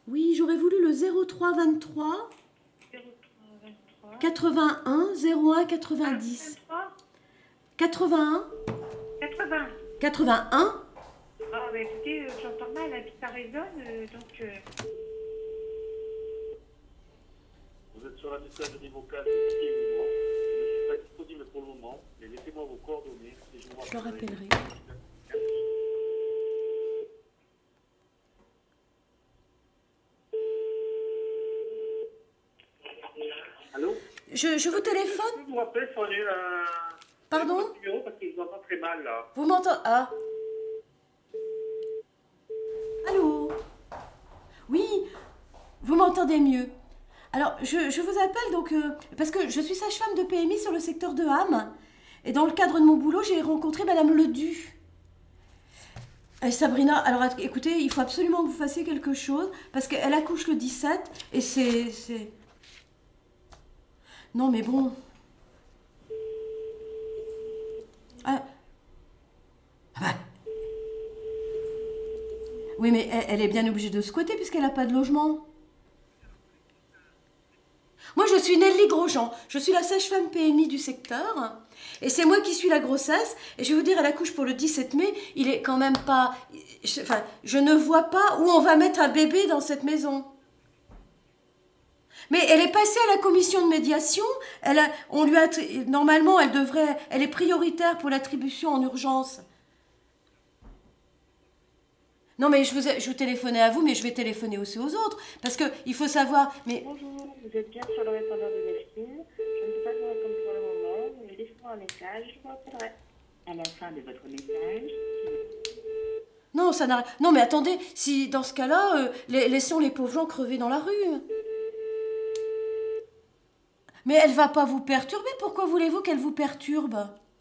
Oui, j'aurais voulu le 03 23 81 01 90. 81 80. 81. Ah, bah écoutez, j'entends mal, et puis ça résonne, donc... Vous êtes sur la messagerie vocale de Didier Mouvement. Je ne suis pas disponible pour le moment, mais laissez-moi vos coordonnées et je vous Je le rappellerai. Allô? Je vous téléphone. Je peux vous rappeler sur Pardon? votre numéro parce que je vous entends très mal là. Vous m'entendez? Ah. Allô? Oui, vous m'entendez mieux. Alors, je vous appelle donc parce que je suis sage-femme de PMI sur le secteur de Ham. Et dans le cadre de mon boulot, j'ai rencontré Madame Ledu. Sabrina, alors écoutez, il faut absolument que vous fassiez quelque chose parce qu'elle accouche le 17 et c'est... Non mais bon... Ah. Ah bah. Oui mais elle est bien obligée de squatter puisqu'elle n'a pas de logement. Moi je suis Nelly Grosjean, je suis la sage-femme PMI du secteur et c'est moi qui suis la grossesse et je vais vous dire elle accouche pour le 17 mai, il est quand même pas... Enfin, je ne vois pas où on va mettre un bébé dans cette maison. Mais elle est passée à la commission de médiation, normalement elle est prioritaire pour l'attribution en urgence. Non mais je vous téléphonais à vous, mais je vais téléphoner aussi aux autres, parce qu'il faut savoir... Mais... Bonjour, vous êtes bien sur le répondeur de Delphine. Je ne peux pas vous répondre pour le moment, mais laissez-moi un message, je vous rappellerai. À la fin de votre message... Non, ça n'arrive... Non mais attendez, si dans ce cas-là, laissons les pauvres gens crever dans la rue. Mais elle va pas vous perturber, pourquoi voulez-vous qu'elle vous perturbe?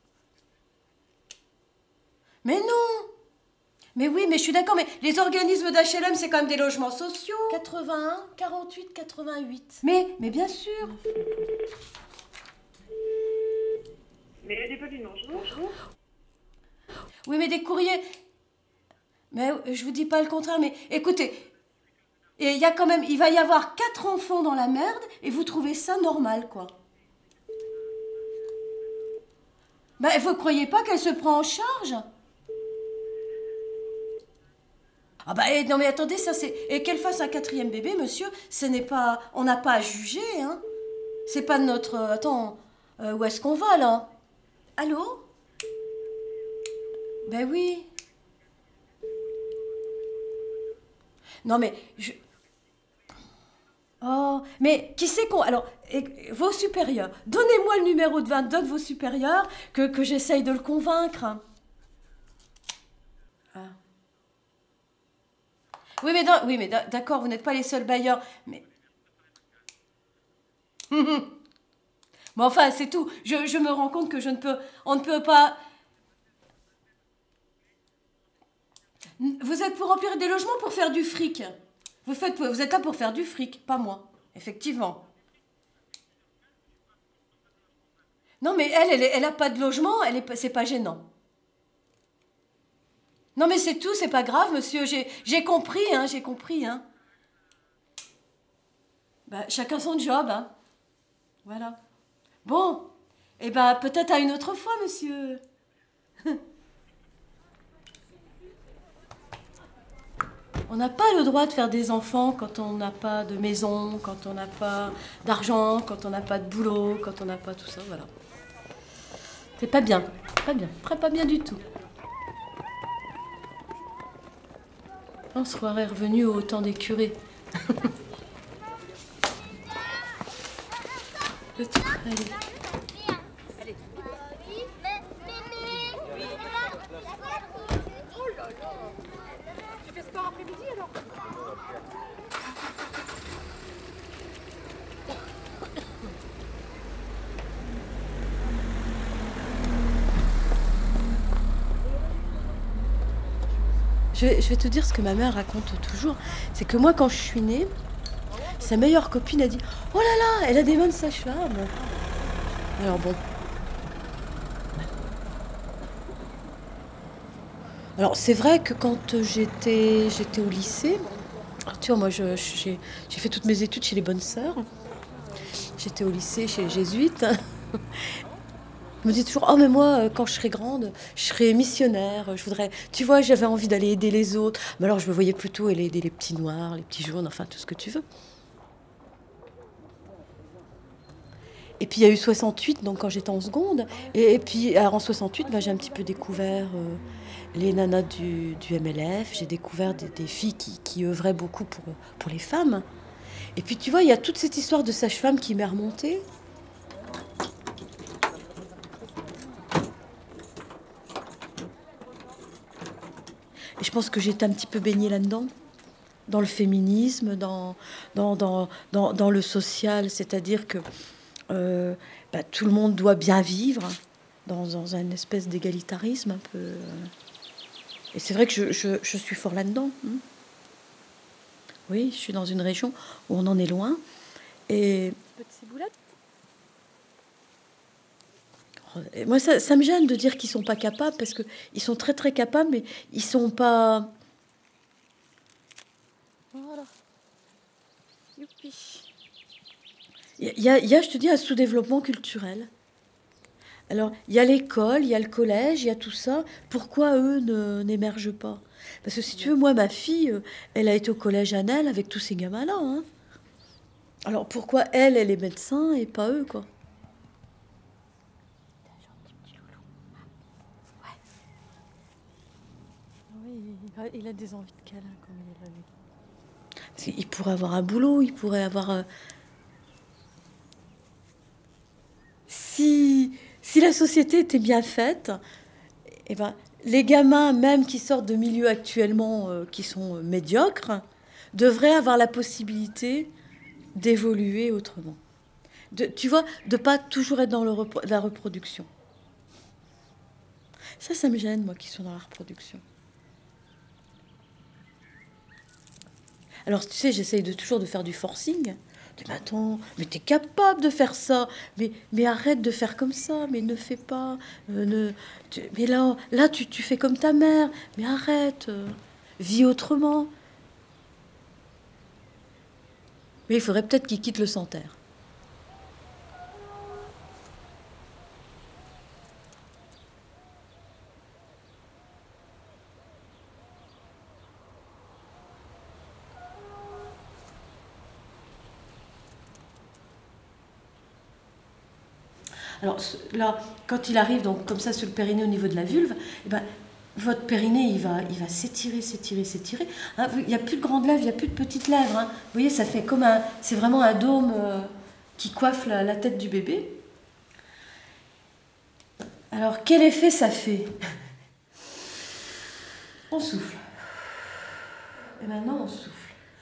Mais non! Mais oui, mais je suis d'accord, mais les organismes d'HLM, c'est quand même des logements sociaux. 81, 48, 88. Mais bien sûr. Mais elle n'est pas du nom, bonjour. Oui, mais des courriers... Mais je vous dis pas le contraire, mais écoutez, et il va y avoir 4 enfants dans la merde, et vous trouvez ça normal, quoi. Ben, vous croyez pas qu'elle se prend en charge? Ah bah non mais attendez, ça c'est... Et qu'elle fasse un 4e bébé, monsieur, ce n'est pas... On n'a pas à juger, hein. C'est pas de notre... Attends, où est-ce qu'on va, là? Allô? Ben oui. Non mais... Oh, mais qui c'est qu'on... Alors, vos supérieurs, donnez-moi le numéro de 22 de vos supérieurs, que j'essaye de le convaincre. Ah. Oui, mais d'accord, vous n'êtes pas les seuls bailleurs, mais... Mais enfin, c'est tout. Je me rends compte que on ne peut pas... Vous êtes pour remplir des logements pour faire du fric. Vous êtes là pour faire du fric, pas moi. Effectivement. Non, mais elle a pas de logement, c'est pas gênant. Non, mais c'est tout, c'est pas grave, monsieur. J'ai compris, hein. Bah, chacun son job, hein. Voilà. Bon, eh ben, peut-être à une autre fois, monsieur. On n'a pas le droit de faire des enfants quand on n'a pas de maison, quand on n'a pas d'argent, quand on n'a pas de boulot, quand on n'a pas tout ça, voilà. C'est pas bien, pas bien du tout. On se croirait revenu au temps des curés. Le titre, allez. Je vais te dire ce que ma mère raconte toujours. C'est que moi, quand je suis née, sa meilleure copine a dit « Oh là là, elle a des mains de sage-femme !» Alors bon. Alors c'est vrai que quand j'étais au lycée, Alors, tu vois, moi, j'ai fait toutes mes études chez les Bonnes Sœurs. J'étais au lycée chez les Jésuites. Je me dis toujours, oh mais moi, quand je serai grande, je serai missionnaire, je voudrais... Tu vois, j'avais envie d'aller aider les autres. Mais alors, je me voyais plutôt aller aider les petits noirs, les petits jaunes, enfin, tout ce que tu veux. Et puis, il y a eu 68, donc quand j'étais en seconde. Et puis, alors, en 68, j'ai un petit peu découvert les nanas du MLF. J'ai découvert des filles qui œuvraient beaucoup pour les femmes. Et puis, tu vois, il y a toute cette histoire de sage-femme qui m'est remontée. Et je pense que j'étais un petit peu baignée là-dedans, dans le féminisme, dans le social, c'est-à-dire que tout le monde doit bien vivre dans une espèce d'égalitarisme un peu. Et c'est vrai que je suis fort là-dedans. Oui, je suis dans une région où on en est loin. Et moi, ça me gêne de dire qu'ils sont pas capables, parce qu'ils sont très très capables, mais ils sont pas... Voilà. Youpi. Il y a, je te dis, un sous-développement culturel. Alors, il y a l'école, il y a le collège, il y a tout ça. Pourquoi eux n'émergent pas? Parce que si tu veux, moi, ma fille, elle a été au collège Annelle avec tous ces gamins-là. Hein. Alors, pourquoi elle est médecin et pas eux, quoi? Il a des envies de câlin comme il est là, lui. Il pourrait avoir un boulot, il pourrait avoir... Si la société était bien faite, eh ben, les gamins, même qui sortent de milieux actuellement qui sont médiocres, devraient avoir la possibilité d'évoluer autrement. Tu vois, de ne pas toujours être dans la reproduction. Ça me gêne, moi, qui sont dans la reproduction. Alors, tu sais, j'essaye toujours de faire du forcing. Je dis, mais attends, mais t'es capable de faire ça. Mais arrête de faire comme ça. Mais ne fais pas. Mais là tu fais comme ta mère. Mais arrête. Vis autrement. Mais il faudrait peut-être qu'il quitte le Santerre. Alors là, quand il arrive donc comme ça sur le périnée au niveau de la vulve, eh ben, votre périnée il va s'étirer. Hein, il n'y a plus de grandes lèvres, il n'y a plus de petites lèvres. Hein. Vous voyez, ça fait comme c'est vraiment un dôme qui coiffe la tête du bébé. Alors quel effet ça fait? On souffle. Et maintenant on souffle.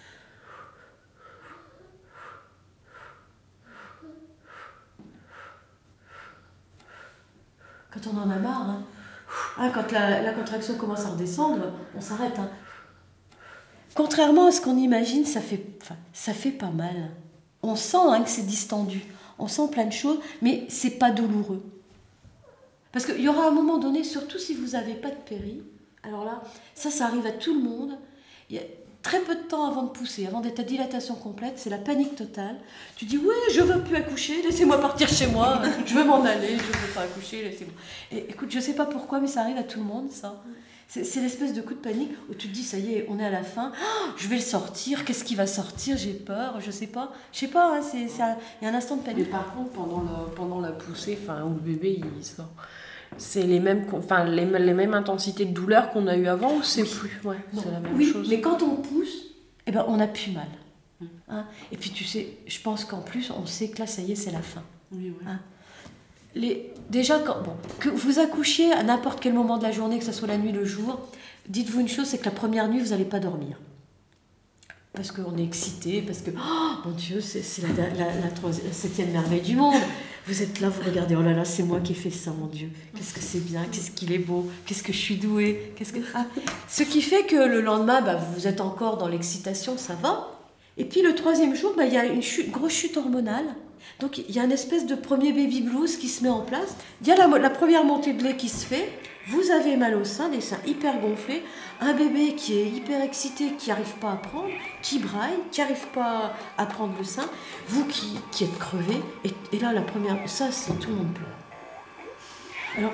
Quand on en a marre, hein, quand la contraction commence à redescendre, on s'arrête. Hein. Contrairement à ce qu'on imagine, ça fait pas mal. On sent que c'est distendu, on sent plein de choses, mais c'est pas douloureux. Parce qu'il y aura un moment donné, surtout si vous n'avez pas de péri, alors là, ça arrive à tout le monde. Il y a très peu de temps avant de pousser, avant d'être à dilatation complète, c'est la panique totale. Tu dis, oui, je veux plus accoucher, laissez-moi partir chez moi, je veux m'en aller, je veux pas accoucher, laissez-moi. Et écoute, je sais pas pourquoi, mais ça arrive à tout le monde, ça. C'est l'espèce de coup de panique où tu te dis, ça y est, on est à la fin, je vais le sortir, qu'est-ce qui va sortir, j'ai peur, je sais pas, il y a un instant de panique. Mais par contre, pendant la poussée, où le bébé il sort, c'est les mêmes intensités de douleur qu'on a eu avant ou c'est plus c'est la même chose. Mais quand on pousse, eh ben, on n'a plus mal. Hein. Et puis tu sais, je pense qu'en plus, on sait que là, ça y est, c'est la fin. Oui. Hein. Déjà, que vous accouchiez à n'importe quel moment de la journée, que ce soit la nuit, le jour, dites-vous une chose, c'est que la première nuit, vous n'allez pas dormir. Parce qu'on est excité, parce que, oh mon Dieu, c'est la 7e merveille du monde. Vous êtes là, vous regardez, oh là là, c'est moi qui ai fait ça, mon Dieu. Qu'est-ce que c'est bien, qu'est-ce qu'il est beau, qu'est-ce que je suis douée. Ce qui fait que le lendemain, vous êtes encore dans l'excitation, ça va. Et puis le 3e jour, il y a une grosse chute hormonale. Donc il y a une espèce de premier baby blues qui se met en place. Il y a la première montée de lait qui se fait. Vous avez mal au sein, des seins hyper gonflés, un bébé qui est hyper excité, qui n'arrive pas à prendre, qui braille, qui n'arrive pas à prendre le sein, vous qui êtes crevé, et là la première, ça c'est tout le monde pleure. Alors,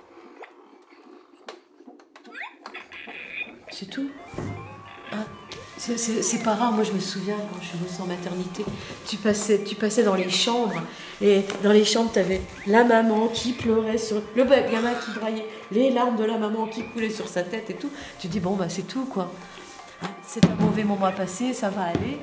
c'est tout. Hein, c'est pas rare, moi je me souviens quand je suis bossée en maternité, tu passais dans les chambres, et dans les chambres tu avais la maman qui pleurait sur le gamin qui braillait, les larmes de la maman qui coulaient sur sa tête et tout. Tu dis bon bah c'est tout quoi, hein, c'est un mauvais moment à passer, ça va aller.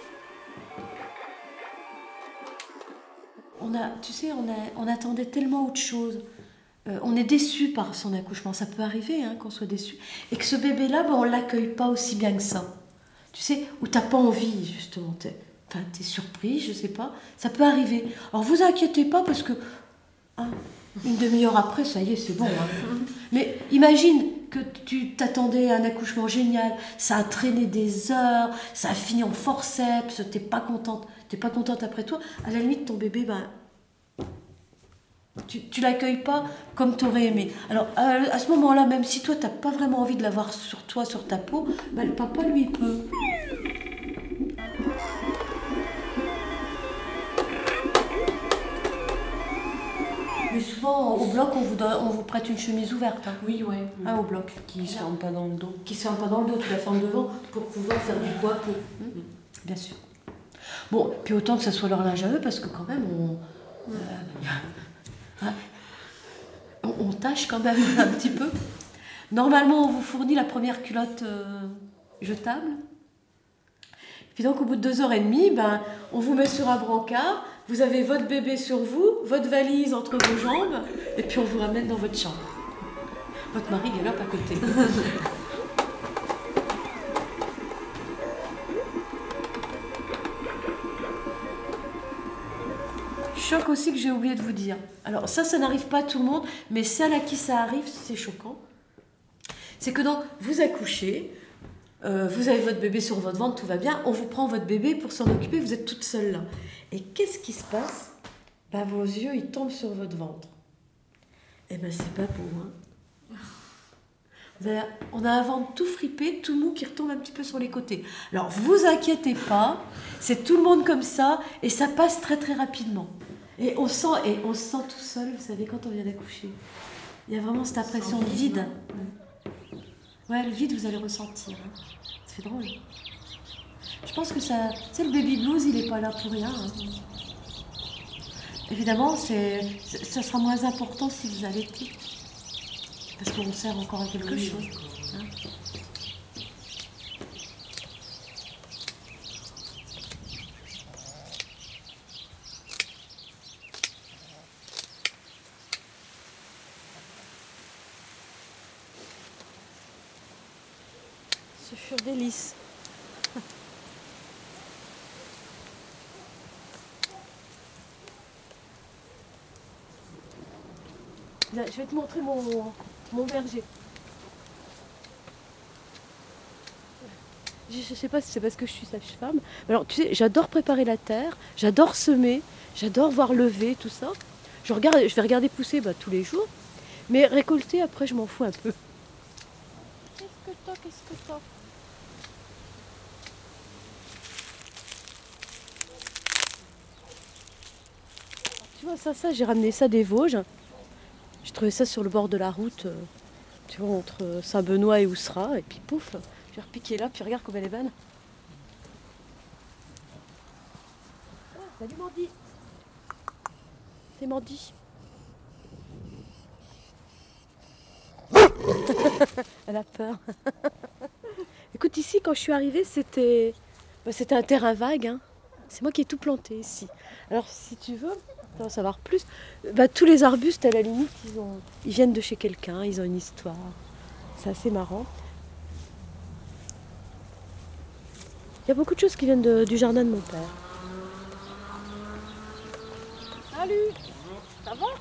On attendait tellement autre chose. On est déçu par son accouchement, ça peut arriver hein, qu'on soit déçu, et que ce bébé-là, on ne l'accueille pas aussi bien que ça. Tu sais, où tu n'as pas envie, justement, t'es surpris, je ne sais pas, ça peut arriver. Alors vous inquiétez pas, parce que une demi-heure après, ça y est, c'est bon. Hein. Mais imagine que tu t'attendais à un accouchement génial, ça a traîné des heures, ça a fini en forceps, t'es pas contente après toi, à la limite, ton bébé, tu l'accueilles pas comme tu aurais aimé. Alors, à ce moment-là, même si toi, tu n'as pas vraiment envie de l'avoir sur toi, sur ta peau, le papa, lui, il peut. Mais souvent, au bloc, on vous prête une chemise ouverte. Hein. Oui, ouais. Ah, au bloc. Qui ne se ferme pas dans le dos. Qui ne se ferme pas dans le dos, tu la fermes devant pour pouvoir faire du poids pour. Bien sûr. Bon, puis autant que ça soit leur linge à eux, parce que quand même, on tâche quand même un petit peu. Normalement, on vous fournit la première culotte jetable. Puis donc, au bout de 2h30, on vous met sur un brancard. Vous avez votre bébé sur vous, votre valise entre vos jambes, et puis on vous ramène dans votre chambre. Votre mari galope à côté. Choc aussi que j'ai oublié de vous dire. Alors ça n'arrive pas à tout le monde, mais celle à qui ça arrive, c'est choquant. C'est que donc, vous accouchez, vous avez votre bébé sur votre ventre, tout va bien, on vous prend votre bébé pour s'en occuper, vous êtes toute seule là. Et qu'est-ce qui se passe ? Vos yeux, ils tombent sur votre ventre. Eh c'est pas beau, hein. On a un ventre tout fripé, tout mou, qui retombe un petit peu sur les côtés. Alors, vous inquiétez pas, c'est tout le monde comme ça, et ça passe très très rapidement. Et on se sent tout seul, vous savez, quand on vient d'accoucher. Il y a vraiment cette impression de vide. Ouais, le vide, vous allez ressentir. Hein. Ça fait drôle. Je pense que ça... Tu sais, le baby blues, il n'est pas là pour rien. Hein. Évidemment, ça sera moins important si vous allaitez. Parce qu'on sert encore à quelque chose. Hein. Ce furent délices. Là, je vais te montrer mon berger. Je ne sais pas si c'est parce que je suis sage-femme. Alors, tu sais, j'adore préparer la terre, j'adore semer, j'adore voir lever, tout ça. Je vais regarder pousser tous les jours, mais récolter, après, je m'en fous un peu. Qu'est-ce que t'as Tu vois, ça, j'ai ramené ça des Vosges. J'ai trouvé ça sur le bord de la route, tu vois, entre Saint-Benoît et Oussera. Et puis pouf, j'ai repiqué là, puis regarde comme elle est bonne. Ah, salut Mandy. C'est Mandy. Elle a peur. Écoute, ici, quand je suis arrivée, c'était un terrain vague. Hein. C'est moi qui ai tout planté ici. Alors, si tu veux... Pour en savoir plus, tous les arbustes, à la limite, ils viennent de chez quelqu'un, ils ont une histoire. C'est assez marrant. Il y a beaucoup de choses qui viennent du jardin de mon père. Salut. Ça va?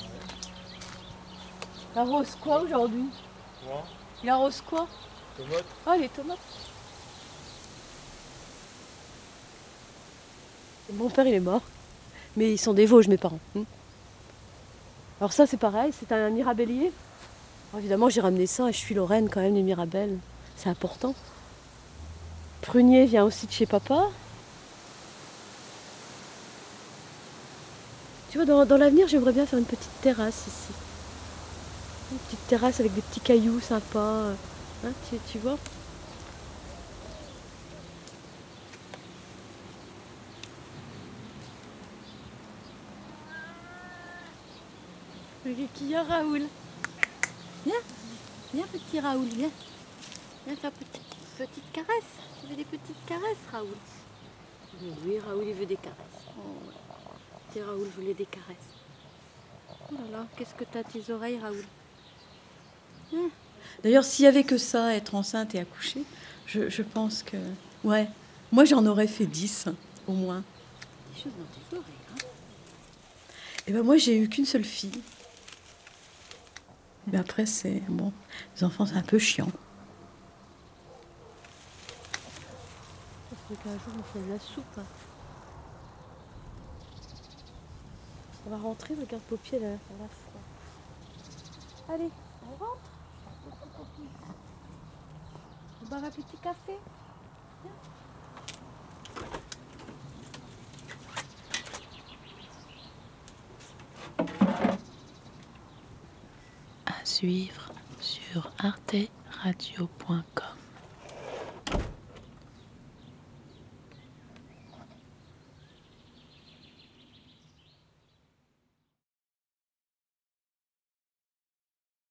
Il arrose quoi aujourd'hui? Quoi? Il arrose quoi? Tomates. Ah, les tomates. Et mon père, il est mort. Mais ils sont des Vosges, mes parents. Alors ça, c'est pareil, c'est un mirabellier. Alors, évidemment, j'ai ramené ça et je suis Lorraine quand même, les mirabelles. C'est important. Prunier vient aussi de chez papa. Tu vois, dans l'avenir, j'aimerais bien faire une petite terrasse ici. Une petite terrasse avec des petits cailloux sympas. Hein, tu vois? Regarde qui y a Raoul. Viens, viens petit Raoul, viens. Viens faire petite caresse. Tu veux des petites caresses, Raoul? Oui, Raoul, il veut des caresses. Oh. Petit Raoul voulait des caresses. Oh là là, qu'est-ce que t'as à tes oreilles, Raoul? D'ailleurs, s'il y avait que ça, être enceinte et accoucher, je pense que... Ouais, moi j'en aurais fait 10, au moins. Des choses dans tes oreilles, hein? Et ben moi, j'ai eu qu'une seule fille. Mais après, c'est... Bon, les enfants, c'est un peu chiant. Il faudrait qu'un jour, on fasse de la soupe. On va rentrer, regarde, Poppy, elle a froid. Allez, on rentre. On boit un petit café. À suivre sur arteradio.com.